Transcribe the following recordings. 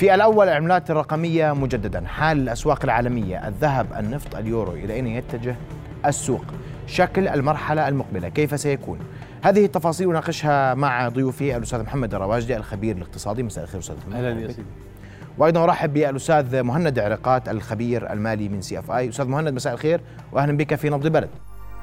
في الأول العملات الرقمية مجددا، حال الأسواق العالمية، الذهب، النفط، اليورو، إلى أين يتجه السوق؟ شكل المرحلة المقبلة كيف سيكون؟ هذه التفاصيل نناقشها مع ضيوفي الأستاذ محمد الرواجدي الخبير الاقتصادي. مساء الخير أستاذ محمد. أهلا يا سيدي. وأيضا أرحب بالأستاذ مهند عرقات الخبير المالي من CFI. أستاذ مهند مساء الخير وأهلا بك في نبض بلد.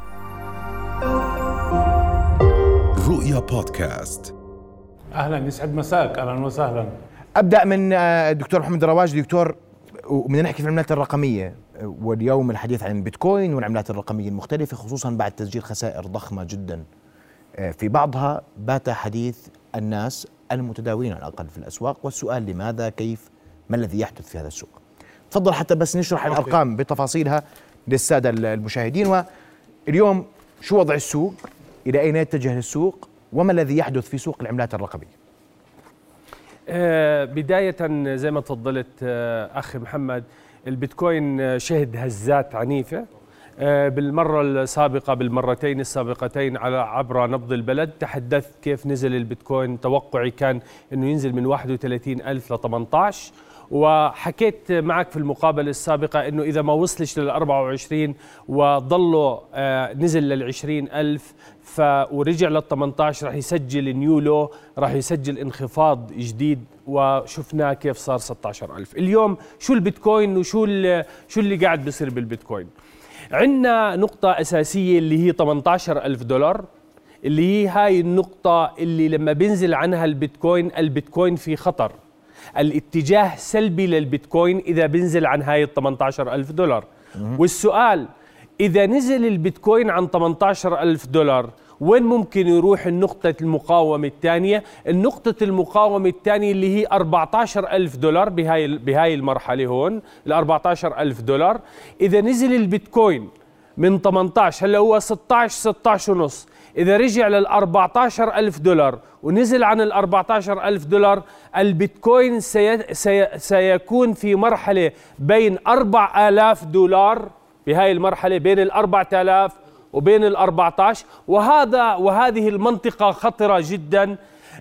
رؤيا بودكاست. أهلا، يسعد مساك، أهلا وسهلا. أبدأ من الدكتور محمد الرواجدي. دكتور، وبدنا نحكي في العملات الرقمية، واليوم الحديث عن البيتكوين والعملات الرقمية المختلفة، خصوصا بعد تسجيل خسائر ضخمة جدا في بعضها. بات حديث الناس المتداولين على الأقل في الأسواق، والسؤال لماذا، كيف، ما الذي يحدث في هذا السوق؟ تفضل حتى بس نشرح الأرقام بتفاصيلها للسادة المشاهدين. واليوم شو وضع السوق، إلى أين يتجه السوق، وما الذي يحدث في سوق العملات الرقمية؟ بداية زي ما تفضلت أخي محمد، البيتكوين شهد هزات عنيفة بالمرة السابقة، بالمرتين السابقتين عبر نبض البلد. تحدثت كيف نزل البيتكوين، توقعي كان أنه ينزل من 31,000 ل 18، وحكيت معك في المقابلة السابقة أنه إذا ما وصلش لل 24 وظلوا نزل لل 20,000 ورجع لل 18 راح يسجل نيولو، راح يسجل انخفاض جديد، وشفناه كيف صار 16,000. اليوم شو البيتكوين وشو اللي قاعد بيصير بالبيتكوين؟ عندنا نقطة أساسية اللي هي 18,000 دولار، اللي هي هاي النقطة اللي لما بينزل عنها البيتكوين في خطر. الاتجاه سلبي للبيتكوين إذا بينزل عن هاي 18,000 دولار. والسؤال، إذا نزل البيتكوين عن 18,000 دولار وين ممكن يروح النقطة المقاومة الثانية؟ النقطة المقاومة الثانية اللي هي 14,000 دولار بهاي المرحلة هون، ال 14,000 دولار. إذا نزل البيتكوين من 18، هلا هو 16 ونص، إذا رجع لل 14,000 دولار ونزل عن ال 14,000 دولار، البيتكوين سيكون في مرحلة بين 4,000 دولار، بهاي المرحلة بين ال 4,000 وبين ال 14، وهذه المنطقة خطرة جدا.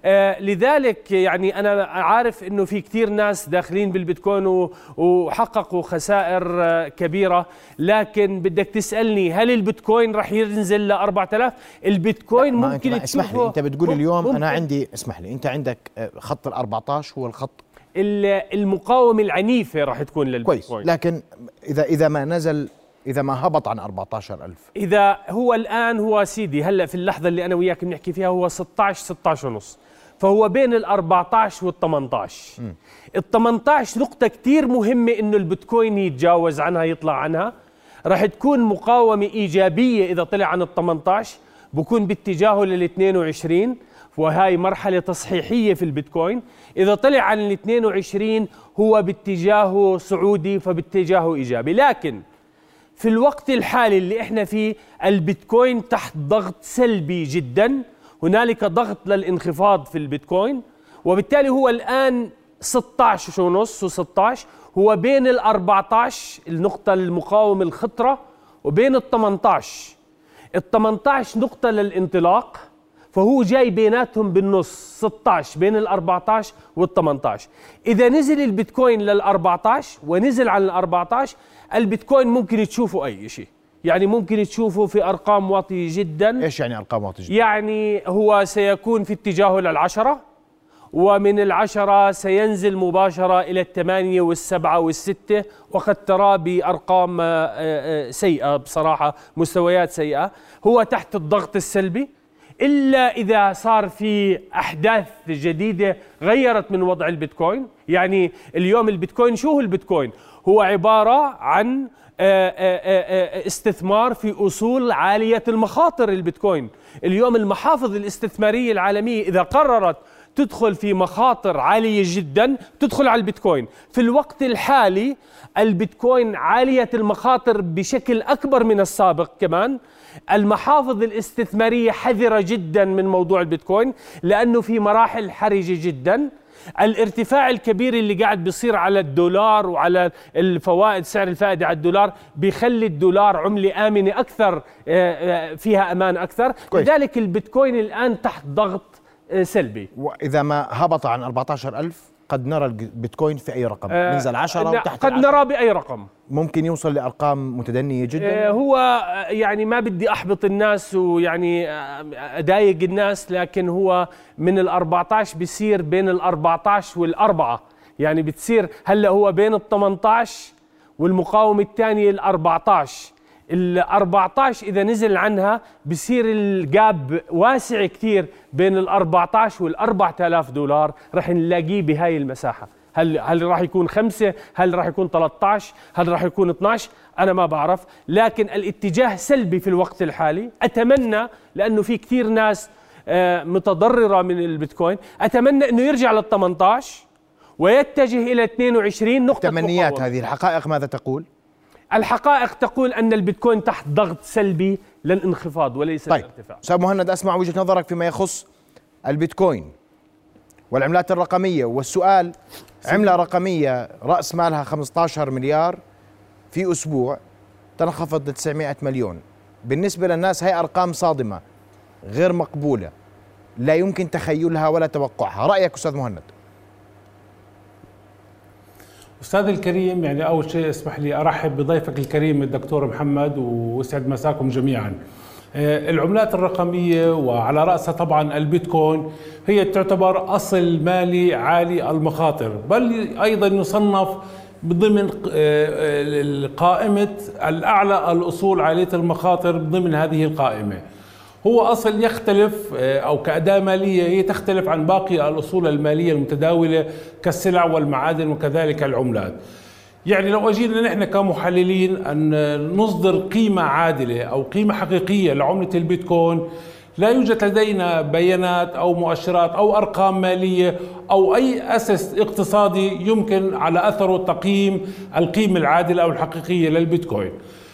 لذلك يعني أنا عارف إنه في كتير ناس داخلين بالبيتكوين وحققوا خسائر كبيرة، لكن بدك تسألني هل البيتكوين رح ينزل ل 4000؟ البيتكوين ممكن اسمح لي، أنت بتقول اليوم أنا عندي، اسمح لي، أنت عندك خط ال 14 هو الخط المقاومة العنيفة رح تكون للبيتكوين. لكن إذا ما نزل، إذا ما هبط عن 14,000، إذا هو الآن هو سيدي هلأ في اللحظة اللي أنا وياك بنحكي فيها هو 16 ونص، فهو بين ال 14 وال 18. ال 18 نقطة كتير مهمة إنه البيتكوين يتجاوز عنها، يطلع عنها. رح تكون مقاومة إيجابية إذا طلع عن ال 18، بكون باتجاهه لل 22، وهاي مرحلة تصحيحية في البيتكوين. إذا طلع عن ال 22 هو باتجاهه صعودي، فباتجاهه إيجابي. لكن في الوقت الحالي اللي احنا فيه البيتكوين تحت ضغط سلبي جدا، هنالك ضغط للانخفاض في البيتكوين، وبالتالي هو الآن 16 ونص و16، هو بين ال 14 النقطة المقاومة الخطرة وبين ال 18. ال 18 نقطة للانطلاق، فهو جاي بيناتهم بالنص 16 بين ال 14 وال 18. إذا نزل البيتكوين لل 14 ونزل عن ال 14، البيتكوين ممكن تشوفوا أي شيء، يعني ممكن تشوفوا في أرقام واطية جدا. إيش يعني أرقام واطية جدا؟ يعني هو سيكون في اتجاهه لل10، ومن ال10 سينزل مباشرة إلى ال8 وال7 وال6، وقد ترى بأرقام سيئة بصراحة، مستويات سيئة. هو تحت الضغط السلبي، إلا إذا صار في أحداث جديدة غيرت من وضع البيتكوين. يعني اليوم البيتكوين، شو هو البيتكوين؟ هو عبارة عن استثمار في أصول عالية المخاطر. البيتكوين اليوم المحافظ الاستثمارية العالمية إذا قررت تدخل في مخاطر عالية جدا تدخل على البيتكوين. في الوقت الحالي البيتكوين عالية المخاطر بشكل أكبر من السابق. كمان المحافظ الاستثمارية حذرة جدا من موضوع البيتكوين لأنه في مراحل حرجة جدا. الارتفاع الكبير اللي قاعد بيصير على الدولار وعلى الفوائد، سعر الفائدة على الدولار، بيخلي الدولار عملة آمنة أكثر، فيها أمان أكثر. لذلك البيتكوين الآن تحت ضغط سلبي. وإذا ما هبط عن 14,000 قد نرى البيتكوين في أي رقم؟ ننزل 10 وتحت قد نرى بأي رقم، ممكن يوصل لأرقام متدنية جدا. هو يعني ما بدي أحبط الناس ويعني أضايق الناس، لكن هو من ال14 بيصير بين ال14 وال4، يعني بتصير هلا هو بين ال18 والمقاومة الثانية ال14. ال14 إذا نزل عنها بصير الجاب واسع كثير بين ال14 وال4000 دولار، رح نلاقيه بهاي المساحة. هل راح يكون 5؟ هل راح يكون 13؟ هل راح يكون 12؟ أنا ما بعرف، لكن الاتجاه سلبي في الوقت الحالي. أتمنى، لأنه في كثير ناس متضررة من البيتكوين، أتمنى أنه يرجع لل18 ويتجه إلى 22 نقطة تمنيات مقاومة. هذه الحقائق ماذا تقول؟ الحقائق تقول أن البيتكوين تحت ضغط سلبي للانخفاض وليس للارتفاع. أستاذ مهند، أسمع وجهة نظرك فيما يخص البيتكوين والعملات الرقمية. والسؤال، عملة رقمية رأس مالها 15 مليار في أسبوع تنخفض ل 900 مليون، بالنسبة للناس هي أرقام صادمة غير مقبولة، لا يمكن تخيلها ولا توقعها. رأيك أستاذ مهند؟ أستاذ الكريم، يعني أول شيء اسمح لي أرحب بضيفك الكريم الدكتور محمد ويسعد مساكم جميعا. العملات الرقمية وعلى رأسها طبعا البيتكوين هي تعتبر أصل مالي عالي المخاطر، بل أيضا يصنف ضمن قائمة الأعلى الأصول عالية المخاطر ضمن هذه القائمة. هو أصل يختلف أو كأداة مالية هي تختلف عن باقي الأصول المالية المتداولة كالسلع والمعادن وكذلك العملات. يعني لو أجينا نحن كمحللين أن نصدر قيمة عادلة أو قيمة حقيقية لعملة البيتكوين، لا يوجد لدينا بيانات أو مؤشرات أو أرقام مالية أو أي أساس اقتصادي يمكن على أثره تقييم القيمة العادلة أو الحقيقية للبيتكوين.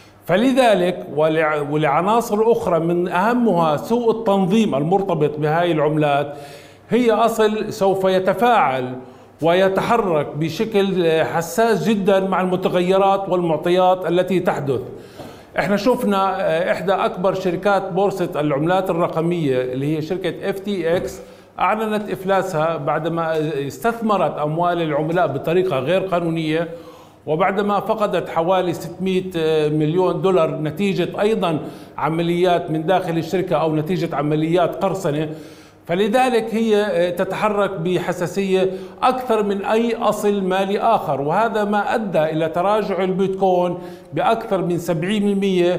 فلذلك ولعناصر أخرى من أهمها سوء التنظيم المرتبط بهاي العملات، هي أصل سوف يتفاعل ويتحرك بشكل حساس جدا مع المتغيرات والمعطيات التي تحدث. احنا شفنا احدى اكبر شركات بورصة العملات الرقمية اللي هي شركة FTX اعلنت افلاسها بعدما استثمرت اموال العملاء بطريقة غير قانونية، وبعدما فقدت حوالي 600 مليون دولار نتيجة ايضا عمليات من داخل الشركة او نتيجة عمليات قرصنة. فلذلك هي تتحرك بحساسية أكثر من أي أصل مالي آخر، وهذا ما أدى إلى تراجع البيتكوين بأكثر من 70%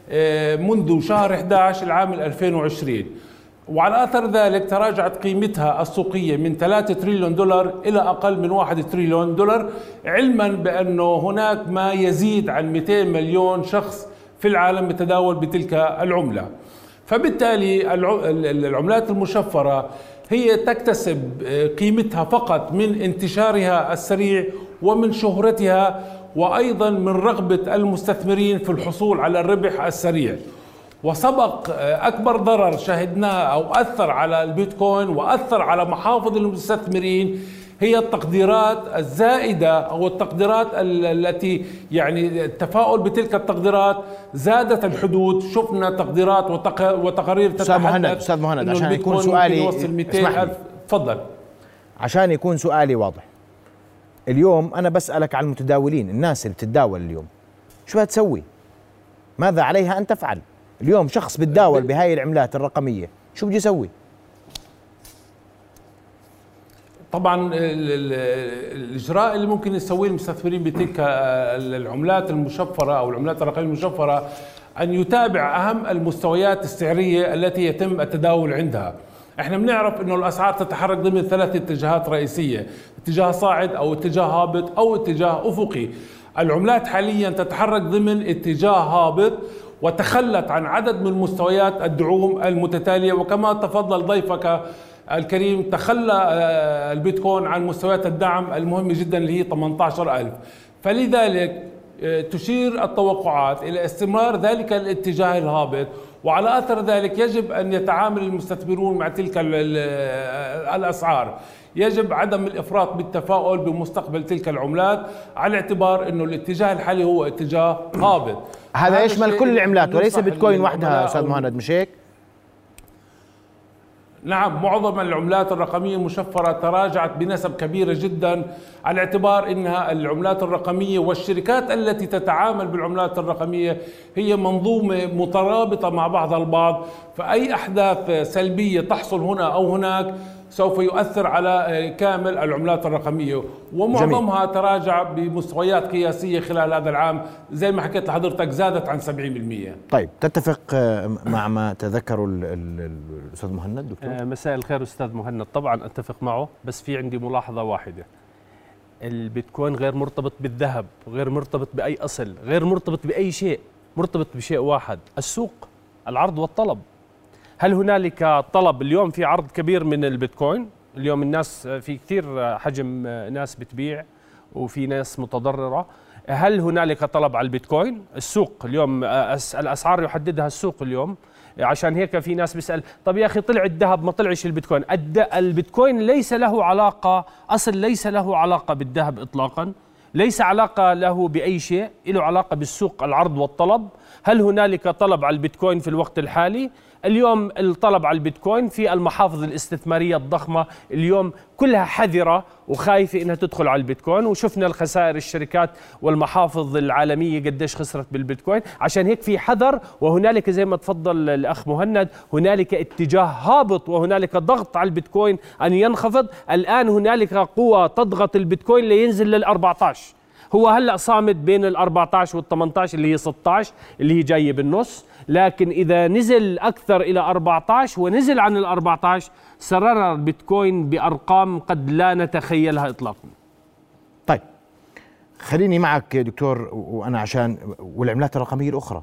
منذ شهر 11 العام 2020. وعلى أثر ذلك تراجعت قيمتها السوقية من 3 تريليون دولار إلى أقل من 1 تريليون دولار، علما بأنه هناك ما يزيد عن 200 مليون شخص في العالم يتداول بتلك العملة. فبالتالي العملات المشفرة هي تكتسب قيمتها فقط من انتشارها السريع ومن شهرتها، وأيضا من رغبة المستثمرين في الحصول على الربح السريع. وسبق أكبر ضرر شهدناه أو أثر على البيتكوين وأثر على محافظ المستثمرين هي التقديرات الزائدة أو التقديرات التي يعني التفاؤل بتلك التقديرات زادت الحدود. شفنا تقديرات وتقارير تتحدث. أستاذ مهند عشان يكون سؤالي يوصل 200,000. تفضل. عشان يكون سؤالي واضح، اليوم أنا بسألك عن المتداولين، الناس اللي بتتداول اليوم شو هتسوي؟ ماذا عليها أن تفعل؟ اليوم شخص بتداول بهاي العملات الرقمية شو بده يسوي؟ طبعا الاجراء اللي ممكن يسويه المستثمرين بتلك العملات المشفره او العملات الرقميه المشفره ان يتابع اهم المستويات السعريه التي يتم التداول عندها. احنا بنعرف انه الاسعار تتحرك ضمن 3 اتجاهات رئيسيه، اتجاه صاعد او اتجاه هابط او اتجاه افقي. العملات حاليا تتحرك ضمن اتجاه هابط وتخلت عن عدد من مستويات الدعوم المتتاليه، وكما تفضل ضيفك الكريم تخلى البيتكوين عن مستويات الدعم المهمة جدا اللي هي 18,000. فلذلك تشير التوقعات إلى استمرار ذلك الاتجاه الهابط، وعلى أثر ذلك يجب أن يتعامل المستثمرون مع تلك الأسعار. يجب عدم الإفراط بالتفاؤل بمستقبل تلك العملات على اعتبار أنه الاتجاه الحالي هو اتجاه هابط. هذا يشمل كل العملات وليس بيتكوين وحدها أستاذ مهند، مش هيك؟ نعم، معظم العملات الرقمية المشفرة تراجعت بنسب كبيرة جدا، على اعتبار أنها العملات الرقمية والشركات التي تتعامل بالعملات الرقمية هي منظومة مترابطة مع بعضها البعض، فأي أحداث سلبية تحصل هنا أو هناك سوف يؤثر على كامل العملات الرقمية، ومعظمها تراجع بمستويات قياسية خلال هذا العام، زي ما حكيت لحضرتك زادت عن 70%. طيب، تتفق مع ما تذكره الأستاذ مهند دكتور؟ مساء الخير أستاذ مهند، طبعا أتفق معه، بس في عندي ملاحظة واحدة. البيتكوين غير مرتبط بالذهب، غير مرتبط بأي أصل، غير مرتبط بأي شيء، مرتبط بشيء واحد: السوق، العرض والطلب. هل هنالك طلب؟ اليوم في عرض كبير من البيتكوين، اليوم الناس في كثير حجم ناس بتبيع وفي ناس متضررة. هل هنالك طلب على البيتكوين؟ السوق اليوم الأسعار يحددها السوق اليوم، عشان هيك في ناس بيسأل طب يا أخي طلع الذهب ما طلعش البيتكوين. البيتكوين ليس له علاقة، أصل ليس له علاقة بالذهب إطلاقا، ليس علاقة له بأي شيء، له علاقة بالسوق، العرض والطلب. هل هنالك طلب على البيتكوين في الوقت الحالي؟ اليوم الطلب على البيتكوين في المحافظ الاستثمارية الضخمة اليوم كلها حذرة وخايفة إنها تدخل على البيتكوين، وشفنا الخسائر الشركات والمحافظ العالمية قديش خسرت بالبيتكوين. عشان هيك في حذر، وهنالك زي ما تفضل الأخ مهند هنالك اتجاه هابط وهنالك ضغط على البيتكوين أن ينخفض. الآن هنالك قوة تضغط البيتكوين لينزل لل14. هو هلأ صامد بين ال14 وال18 اللي هي 16 اللي هي جاية بالنص، لكن إذا نزل أكثر إلى 14 ونزل عن ال14 سرر البيتكوين بأرقام قد لا نتخيلها إطلاقا. طيب، خليني معك دكتور، وأنا عشان والعملات الرقمية الأخرى.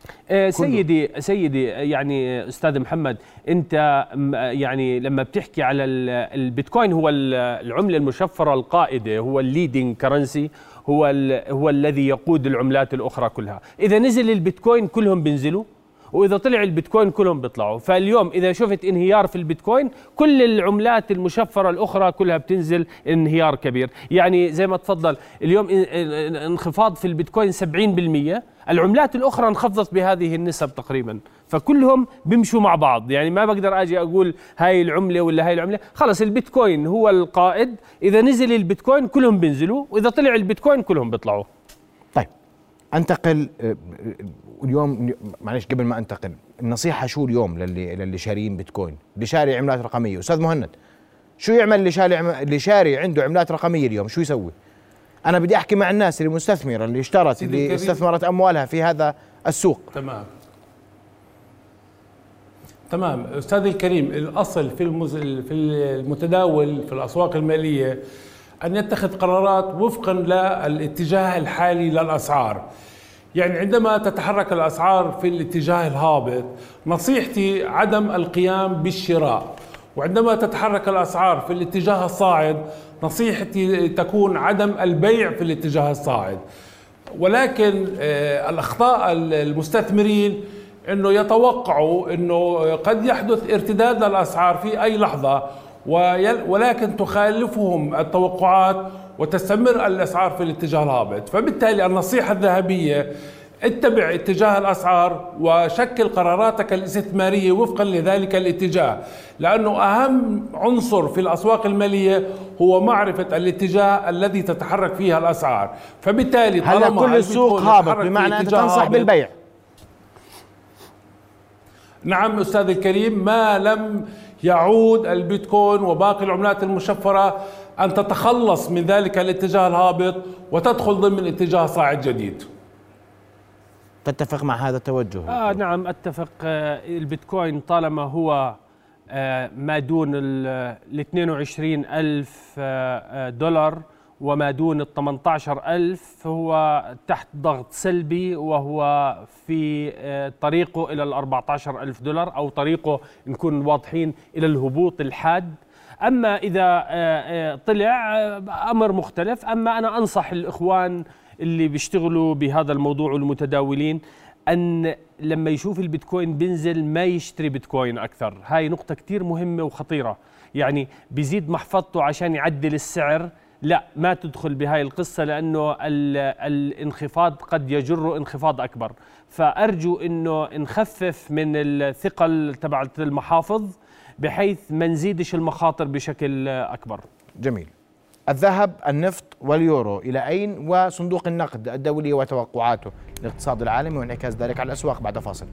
سيدي يعني أستاذ محمد، أنت يعني لما بتحكي على البيتكوين هو العملة المشفرة القائدة، هو الليدنج كرنسي، هو الذي يقود العملات الأخرى كلها. إذا نزل البيتكوين كلهم بينزلوا، وإذا طلع البيتكوين كلهم بيطلعوا. فاليوم إذا شفت انهيار في البيتكوين كل العملات المشفرة الأخرى كلها بتنزل انهيار كبير. يعني زي ما تفضل اليوم انخفاض في البيتكوين 70%، العملات الأخرى انخفضت بهذه النسب تقريبا، فكلهم بيمشوا مع بعض. يعني ما بقدر أجي أقول هاي العملة ولا هاي العملة، خلص البيتكوين هو القائد، إذا نزل البيتكوين كلهم بينزلوا، وإذا طلع البيتكوين كلهم بيطلعوا. طيب، انتقل اليوم، معلش قبل ما انتقل، النصيحة شو اليوم للي شاريين بيتكوين، اللي شاري عملات رقمية؟ أستاذ مهند، شو يعمل اللي شاري عنده عملات رقمية اليوم؟ شو يسوي؟ أنا بدي أحكي مع الناس اللي مستثمرة، اللي اشترت، اللي استثمرت أموالها في هذا السوق. تمام أستاذ الكريم، الأصل في المتداول في الأسواق المالية أن يتخذ قرارات وفقا للاتجاه الحالي للأسعار. يعني عندما تتحرك الأسعار في الاتجاه الهابط نصيحتي عدم القيام بالشراء، وعندما تتحرك الأسعار في الاتجاه الصاعد نصيحتي تكون عدم البيع في الاتجاه الصاعد. ولكن الأخطاء المستثمرين أنه يتوقعوا أنه قد يحدث ارتداد للأسعار في أي لحظة، ولكن تخالفهم التوقعات وتستمر الأسعار في الاتجاه الهابط. فبالتالي النصيحة الذهبية: اتبع اتجاه الأسعار وشكل قراراتك الاستثمارية وفقا لذلك الاتجاه، لأنه أهم عنصر في الأسواق المالية هو معرفة الاتجاه الذي تتحرك فيها الأسعار. فبالتالي هلا كل السوق هابط، بمعنى أنت تنصح بالبيع؟ نعم أستاذ الكريم، ما لم يعود البيتكوين وباقي العملات المشفرة أن تتخلص من ذلك الاتجاه الهابط وتدخل ضمن اتجاه صاعد جديد. تتفق مع هذا التوجه؟ نعم أتفق. البيتكوين طالما هو ما دون ال 22,000 دولار وما دون ال 18,000 فهو تحت ضغط سلبي، وهو في طريقه إلى ال 14,000 دولار، أو طريقه نكون واضحين إلى الهبوط الحاد. أما إذا طلع أمر مختلف. أما أنا أنصح الإخوان اللي بيشتغلوا بهذا الموضوع والمتداولين أن لما يشوف البيتكوين بينزل ما يشتري بيتكوين أكثر. هاي نقطة كتير مهمة وخطيرة. يعني بيزيد محفظته عشان يعدل السعر، لا، ما تدخل بهاي القصة، لأنه الانخفاض قد يجر انخفاض أكبر. فأرجو أنه نخفف من الثقل تبع المحافظ، بحيث ما نزيدش المخاطر بشكل أكبر. جميل. الذهب، النفط واليورو إلى أين؟ وصندوق النقد الدولي وتوقعاته الاقتصاد العالمي وانعكاس ذلك على الأسواق بعد فاصل.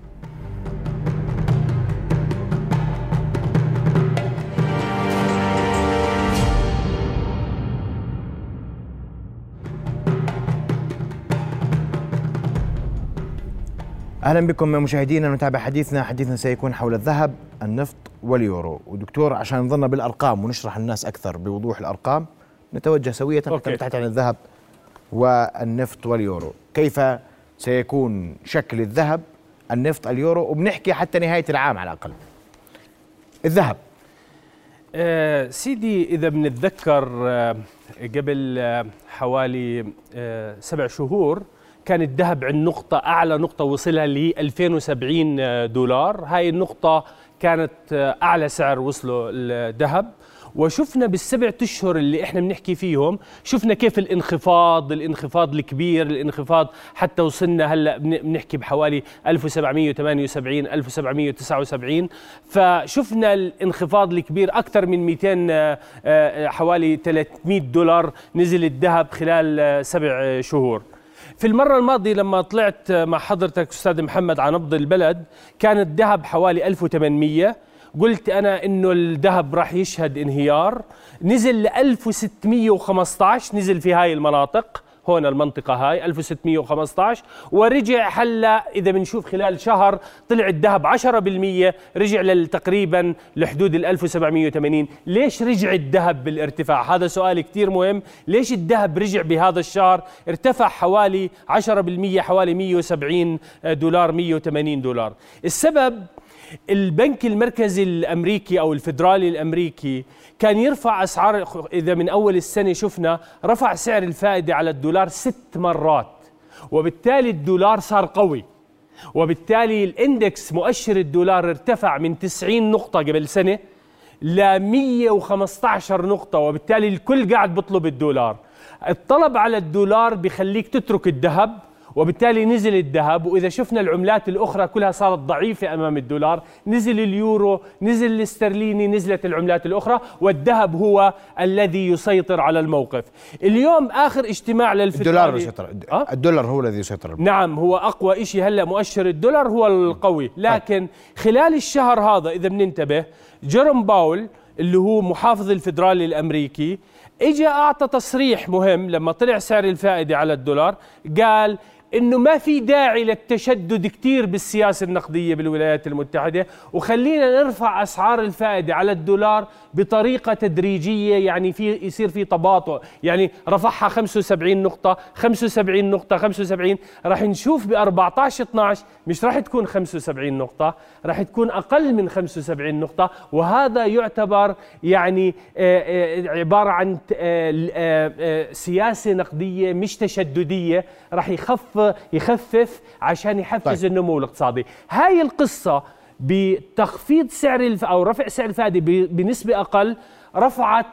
أهلا بكم مشاهدينا، نتابع حديثنا سيكون حول الذهب، النفط واليورو. ودكتور عشان نظلنا بالأرقام ونشرح الناس أكثر بوضوح الأرقام نتوجه سوية حتى نتحدث عن الذهب والنفط واليورو. كيف سيكون شكل الذهب، النفط، اليورو، وبنحكي حتى نهاية العام على الأقل. الذهب سيدي، إذا بنتذكر قبل حوالي 7 شهور كان الذهب عند نقطة أعلى نقطة وصلها ل 2070 دولار. هاي النقطة كانت أعلى سعر وصله الذهب، وشفنا بالسبع أشهر اللي احنا بنحكي فيهم شفنا كيف الانخفاض الكبير، الانخفاض حتى وصلنا هلا بنحكي بحوالي 1778 1779. فشفنا الانخفاض الكبير، اكثر من 200 حوالي 300 دولار نزل الذهب خلال 7 شهور. في المرة الماضية لما طلعت مع حضرتك أستاذ محمد على نبض البلد كان الذهب حوالي 1800. قلت أنا إنه الذهب راح يشهد انهيار، نزل ل 1615، نزل في هاي المناطق، هون المنطقة هاي 1615، ورجع هلا إذا بنشوف خلال شهر طلع الذهب 10%، رجع تقريبا لحدود ال 1780. ليش رجع الذهب بالارتفاع؟ هذا سؤال كتير مهم. ليش الذهب رجع بهذا الشهر ارتفع حوالي 10%، حوالي 170 دولار 180 دولار؟ السبب البنك المركزي الأمريكي أو الفيدرالي الأمريكي كان يرفع أسعار، إذا من أول السنة شفنا رفع سعر الفائدة على الدولار 6 مرات، وبالتالي الدولار صار قوي، وبالتالي الاندكس مؤشر الدولار ارتفع من 90 نقطة قبل سنة ل 115 نقطة، وبالتالي الكل قاعد بيطلب الدولار. الطلب على الدولار بيخليك تترك الذهب، وبالتالي نزل الذهب. وإذا شفنا العملات الأخرى كلها صارت ضعيفة أمام الدولار، نزل اليورو، نزل الاسترليني، نزلت العملات الأخرى، والذهب هو الذي يسيطر على الموقف. اليوم آخر اجتماع للفيدرالي الدولار هو الذي يسيطر. نعم، هو أقوى شيء هلأ مؤشر الدولار هو القوي. لكن خلال الشهر هذا إذا بننتبه، جيروم باول اللي هو محافظ الفيدرالي الأمريكي اجى أعطى تصريح مهم لما طلع سعر الفائدة على الدولار، قال إنه ما في داعي للتشدد كتير بالسياسة النقدية بالولايات المتحدة، وخلينا نرفع أسعار الفائدة على الدولار بطريقة تدريجية، يعني يصير في تباطؤ. يعني رفعها 75 نقطة 75 نقطة 75، راح نشوف ب 14/12 مش راح تكون 75 نقطة، راح تكون أقل من 75 نقطة، وهذا يعتبر يعني عبارة عن سياسة نقدية مش تشددية، راح يخفف عشان يحفز النمو الاقتصادي. هاي القصة بتخفيض سعر أو رفع سعر الفائدة بنسبة أقل رفعت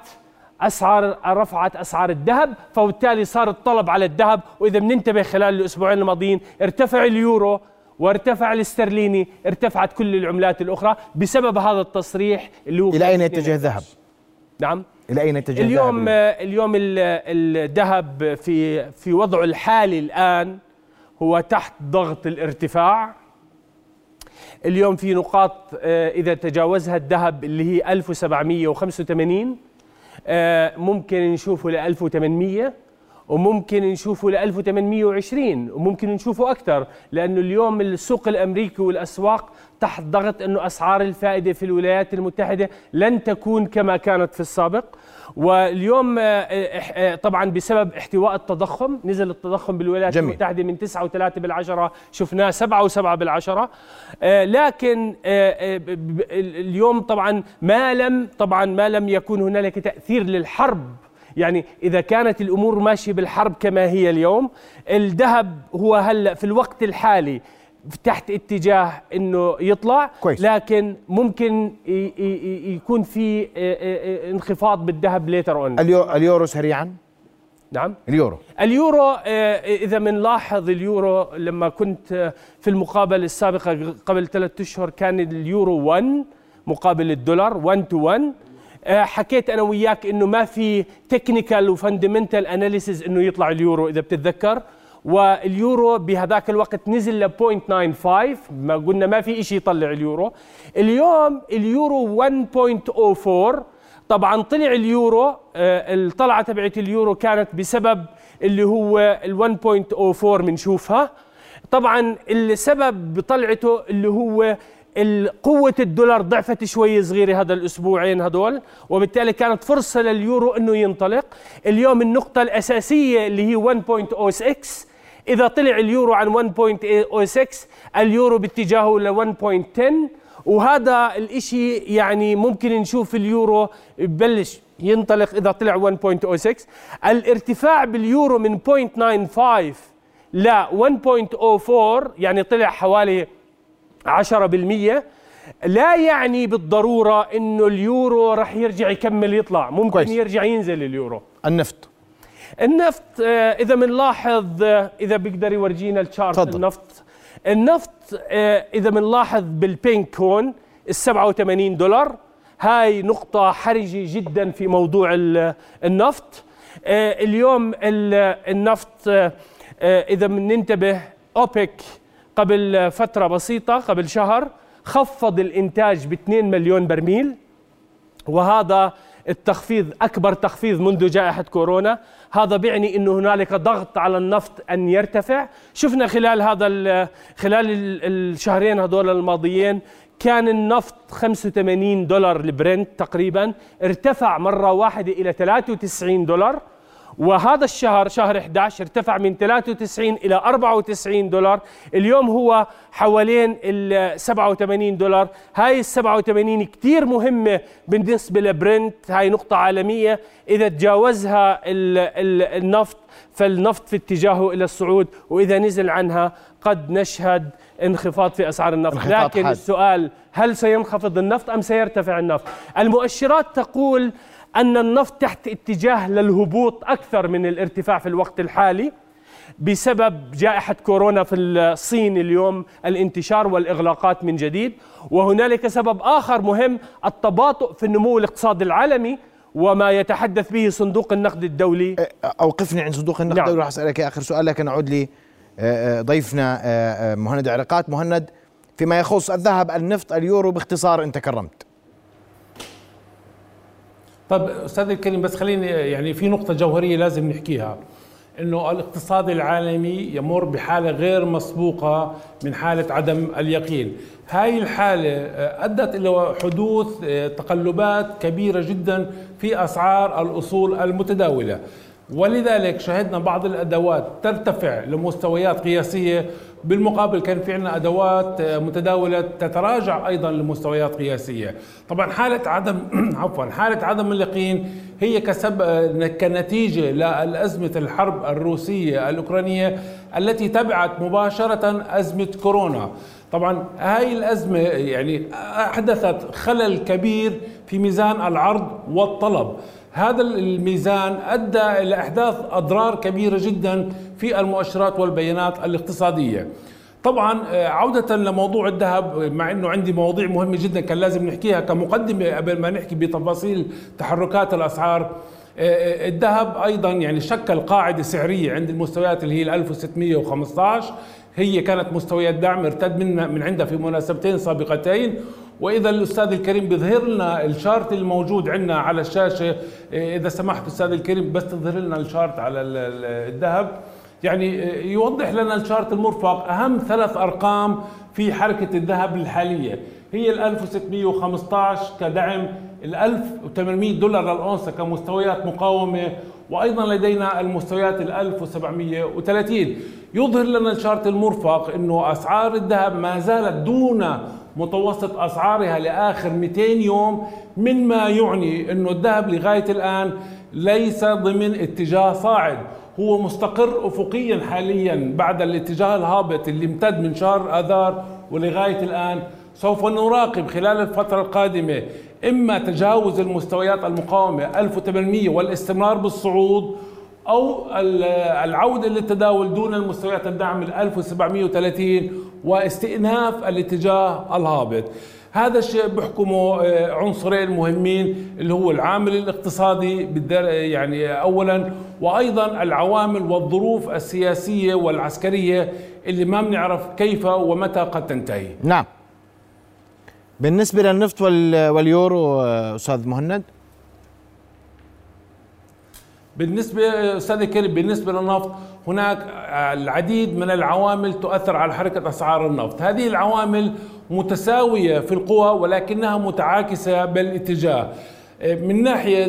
أسعار الذهب، فبالتالي صار الطلب على الذهب. وإذا بننتبه خلال الأسبوعين الماضيين ارتفع اليورو وارتفع الاسترليني، ارتفعت كل العملات الأخرى بسبب هذا التصريح اللي هو. إلى أين يتجه الذهب؟ نعم، إلى أين يتجه اليوم الذهب في وضعه الحالي الآن هو تحت ضغط الارتفاع. اليوم في نقاط إذا تجاوزها الذهب اللي هي 1785 ممكن نشوفه ل 1800، وممكن نشوفه ل 1820، وممكن نشوفه أكثر، لأنه اليوم السوق الأمريكي والأسواق تحت ضغط أنه أسعار الفائدة في الولايات المتحدة لن تكون كما كانت في السابق. واليوم طبعا بسبب احتواء التضخم، نزل التضخم بالولايات المتحدة من 9.3% شفناه 7.7%. لكن اليوم طبعا ما لم يكن هنالك تأثير للحرب. يعني إذا كانت الأمور ماشية بالحرب كما هي اليوم، الذهب هو هلأ في الوقت الحالي تحت اتجاه انه يطلع كويس. لكن ممكن يكون في انخفاض بالذهب ليتر اون. اليورو سريعا. نعم، اليورو اذا بنلاحظ اليورو لما كنت في المقابله السابقه قبل 3 أشهر كان اليورو 1 مقابل الدولار 1 to 1. حكيت أنا وياك إنه ما في تكنيكال وفاندمنتال أناليسيز إنه يطلع اليورو إذا بتتذكر، واليورو بهذاك الوقت نزل ل 0.95، ما قلنا ما في إشي يطلع اليورو. اليوم اليورو 1.04. طبعا طلع اليورو، الطلعة تبعت اليورو كانت بسبب اللي هو ال 1.04 بنشوفها. طبعا السبب بطلعته اللي هو قوة الدولار ضعفت شوي صغيرة هذا الأسبوعين هدول، وبالتالي كانت فرصة لليورو أنه ينطلق. اليوم النقطة الأساسية اللي هي 1.06، إذا طلع اليورو عن 1.06 اليورو باتجاهه ل 1.10، وهذا الإشي يعني ممكن نشوف اليورو يبلش ينطلق إذا طلع 1.06. الارتفاع باليورو من 0.95 ل 1.04 يعني طلع حوالي 10%، لا يعني بالضرورة إنه اليورو رح يرجع يكمل يطلع، ممكن كويس. يرجع ينزل اليورو. النفط إذا بنلاحظ، إذا بيقدر يورجينا الشارت. النفط إذا بنلاحظ بالبينك هون $87، هاي نقطة حرجة جدا في موضوع النفط. اليوم النفط إذا بننتبه، أوبك قبل فترة بسيطة قبل شهر خفض الإنتاج ب2 مليون برميل، وهذا التخفيض أكبر تخفيض منذ جائحة كورونا. هذا بيعني أنه هنالك ضغط على النفط أن يرتفع. شفنا خلال الشهرين هذول الماضيين كان النفط $85 البرنت تقريبا، ارتفع مرة واحدة إلى $93، وهذا الشهر شهر 11 ارتفع من 93 إلى $94. اليوم هو حوالين $87. هاي $87 كتير مهمة بالنسبة لبرنت، هاي نقطة عالمية. إذا تجاوزها النفط فالنفط في اتجاهه إلى الصعود، وإذا نزل عنها قد نشهد انخفاض في أسعار النفط. لكن السؤال، هل سينخفض النفط أم سيرتفع النفط؟ المؤشرات تقول أن النفط تحت اتجاه للهبوط أكثر من الارتفاع في الوقت الحالي بسبب جائحة كورونا في الصين اليوم، الانتشار والإغلاقات من جديد. وهنالك سبب آخر مهم، التباطؤ في النمو الاقتصادي العالمي وما يتحدث به صندوق النقد الدولي. أوقفني عند صندوق النقد الدولي. راح أسألك آخر سؤال، لكن أعود لي ضيفنا مهند عرقات. مهند، فيما يخص الذهب، النفط، اليورو باختصار، أنت كرمت. طب أستاذ الكريم، بس خليني يعني في نقطة جوهرية لازم نحكيها، إنه الاقتصاد العالمي يمر بحالة غير مسبوقة من حالة عدم اليقين. هاي الحالة أدت إلى حدوث تقلبات كبيرة جدا في أسعار الأصول المتداولة، ولذلك شهدنا بعض الأدوات ترتفع لمستويات قياسية، بالمقابل كان في عندنا أدوات متداولة تتراجع أيضا لمستويات قياسية. طبعا حالة عدم اليقين هي كنتيجة لأزمة الحرب الروسية الأوكرانية التي تبعت مباشرة أزمة كورونا. طبعا هاي الأزمة يعني أحدثت خلل كبير في ميزان العرض والطلب. هذا الميزان أدى إلى إحداث أضرار كبيرة جدا في المؤشرات والبيانات الاقتصادية. طبعا عودة لموضوع الذهب، مع أنه عندي مواضيع مهمة جدا كان لازم نحكيها كمقدمة قبل ما نحكي بتفاصيل تحركات الأسعار. الذهب أيضا يعني شكل قاعدة سعرية عند المستويات اللي هي 1615، هي كانت مستويات دعم ارتد من عندها في مناسبتين سابقتين. وإذا الأستاذ الكريم بيظهر لنا الشارت الموجود عندنا على الشاشة، إذا سمحت أستاذ الكريم بس تظهر لنا الشارت على الذهب، يعني يوضح لنا الشارت المرفق أهم 3 أرقام في حركة الذهب الحالية، هي 1615 كدعم، $1800 للأونصة كمستويات مقاومة، وأيضا لدينا المستويات 1730. يظهر لنا الشارت المرفق أنه أسعار الذهب ما زالت دون متوسط أسعارها لآخر 200 يوم، مما يعني أنه الذهب لغاية الآن ليس ضمن اتجاه صاعد، هو مستقر أفقيا حاليا بعد الاتجاه الهابط اللي امتد من شهر آذار ولغاية الآن. سوف نراقب خلال الفترة القادمة إما تجاوز المستويات المقاومة 1800 والاستمرار بالصعود، أو العودة للتداول دون المستويات الدعم 1730 واستئناف الاتجاه الهابط. هذا الشيء بيحكمه عنصرين مهمين اللي هو العامل الاقتصادي يعني أولا، وأيضا العوامل والظروف السياسية والعسكرية اللي ما بنعرف كيف ومتى قد تنتهي. نعم. بالنسبة للنفط واليورو أستاذ مهند؟ بالنسبة أستاذ كريم، بالنسبة للنفط هناك العديد من العوامل تؤثر على حركة أسعار النفط. هذه العوامل متساوية في القوى ولكنها متعاكسة بالاتجاه. من ناحية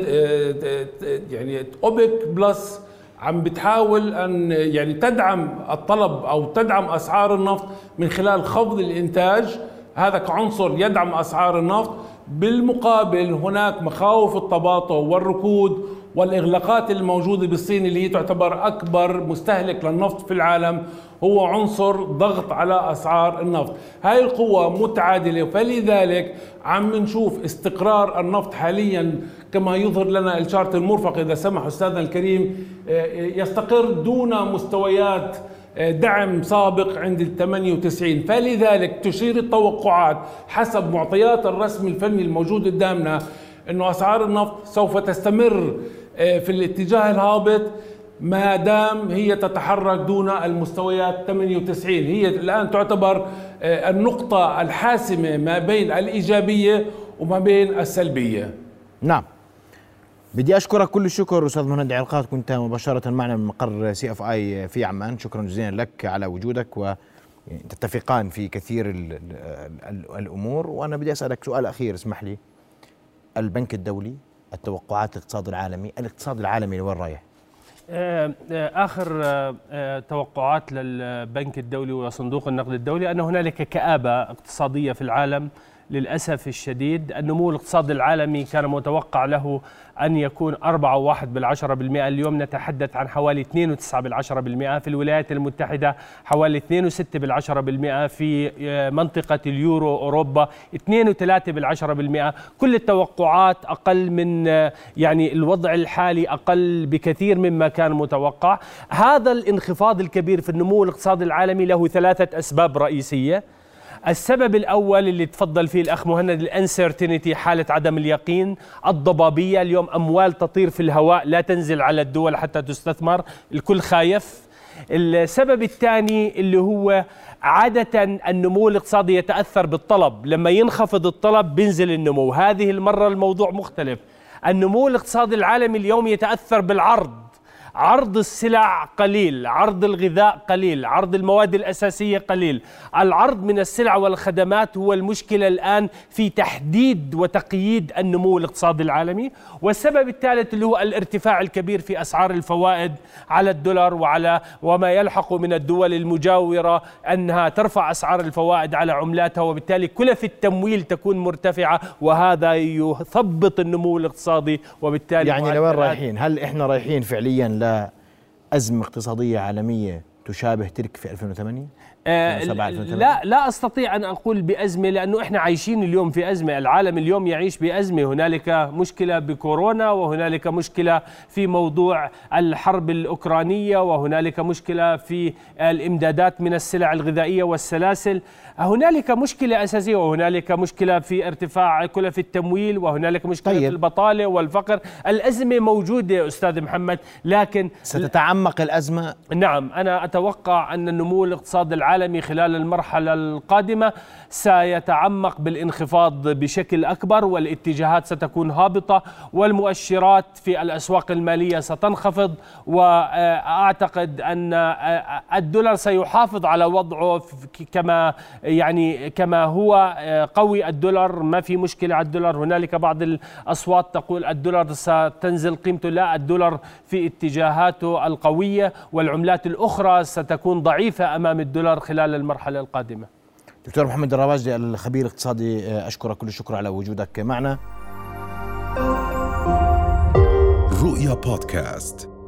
يعني أوبك بلس عم بتحاول أن يعني تدعم الطلب أو تدعم أسعار النفط من خلال خفض الإنتاج، هذا كعنصر يدعم أسعار النفط. بالمقابل هناك مخاوف التباطؤ والركود والإغلاقات الموجودة بالصين اللي هي تعتبر أكبر مستهلك للنفط في العالم، هو عنصر ضغط على أسعار النفط. هاي القوة متعادلة، فلذلك عم نشوف استقرار النفط حاليا كما يظهر لنا الشارت المرفق إذا سمح أستاذنا الكريم، يستقر دون مستويات دعم سابق عند 98. فلذلك تشير التوقعات حسب معطيات الرسم الفني الموجود قدامنا أنه أسعار النفط سوف تستمر في الاتجاه الهابط ما دام هي تتحرك دون المستويات 98. هي الآن تعتبر النقطة الحاسمة ما بين الإيجابية وما بين السلبية. نعم. بدي أشكرك كل الشكر أستاذ مهند عرقات، كنت مباشرة معنا من مقر CFI في عمان. شكرا جزيلا لك على وجودك، وتتفقان في كثير الأمور. وأنا بدي أسألك سؤال أخير اسمح لي. البنك الدولي، التوقعات الاقتصاد العالمي لوين رايح؟ آخر توقعات للبنك الدولي وصندوق النقد الدولي أن هنالك كآبة اقتصادية في العالم للأسف الشديد. النمو الاقتصادي العالمي كان متوقع له أن يكون 4.1%، اليوم نتحدث عن حوالي 2.9%، في الولايات المتحدة حوالي 2.6%، في منطقة اليورو أوروبا 2.3%. كل التوقعات أقل من يعني الوضع الحالي، أقل بكثير مما كان متوقع. هذا الانخفاض الكبير في النمو الاقتصادي العالمي له 3 أسباب رئيسية. السبب الأول اللي تفضل فيه الأخ مهند، الانسرتينيتي، حالة عدم اليقين، الضبابية. اليوم أموال تطير في الهواء لا تنزل على الدول حتى تستثمر، الكل خايف. السبب الثاني اللي هو عادة النمو الاقتصادي يتأثر بالطلب، لما ينخفض الطلب بينزل النمو. هذه المرة الموضوع مختلف. النمو الاقتصادي العالمي اليوم يتأثر بالعرض، عرض السلع قليل، عرض الغذاء قليل، عرض المواد الأساسية قليل. العرض من السلع والخدمات هو المشكلة الآن في تحديد وتقييد النمو الاقتصادي العالمي. والسبب الثالث اللي هو الارتفاع الكبير في أسعار الفوائد على الدولار وما يلحق من الدول المجاورة أنها ترفع أسعار الفوائد على عملاتها، وبالتالي كلف التمويل تكون مرتفعة، وهذا يثبط النمو الاقتصادي. وبالتالي يعني لوين رايحين؟ هل إحنا رايحين فعليا أزمة اقتصادية عالمية تشابه تلك في 2008؟ لا أستطيع أن أقول بأزمة، لأنه إحنا عايشين اليوم في أزمة. العالم اليوم يعيش بأزمة. هنالك مشكلة بكورونا، وهنالك مشكلة في موضوع الحرب الأوكرانية، وهنالك مشكلة في الإمدادات من السلع الغذائية والسلاسل. هنالك مشكلة أساسية، وهنالك مشكلة في ارتفاع كلف التمويل، وهنالك مشكلة في البطالة والفقر. الأزمة موجودة أستاذ محمد، لكن ستتعمق الأزمة. نعم، أنا أتوقع أن النمو الاقتصادي العالمي خلال المرحلة القادمة سيتعمق بالانخفاض بشكل أكبر، والاتجاهات ستكون هابطة، والمؤشرات في الأسواق المالية ستنخفض. وأعتقد أن الدولار سيحافظ على وضعه كما هو قوي. الدولار ما في مشكلة على الدولار. هنالك بعض الأصوات تقول الدولار ستنزل قيمته، لا، الدولار في اتجاهاته القوية، والعملات الأخرى ستكون ضعيفة أمام الدولار خلال المرحلة القادمة. دكتور محمد دراواجدي الخبير الاقتصادي، أشكرك كل الشكر على وجودك معنا. رؤيا بودكاست.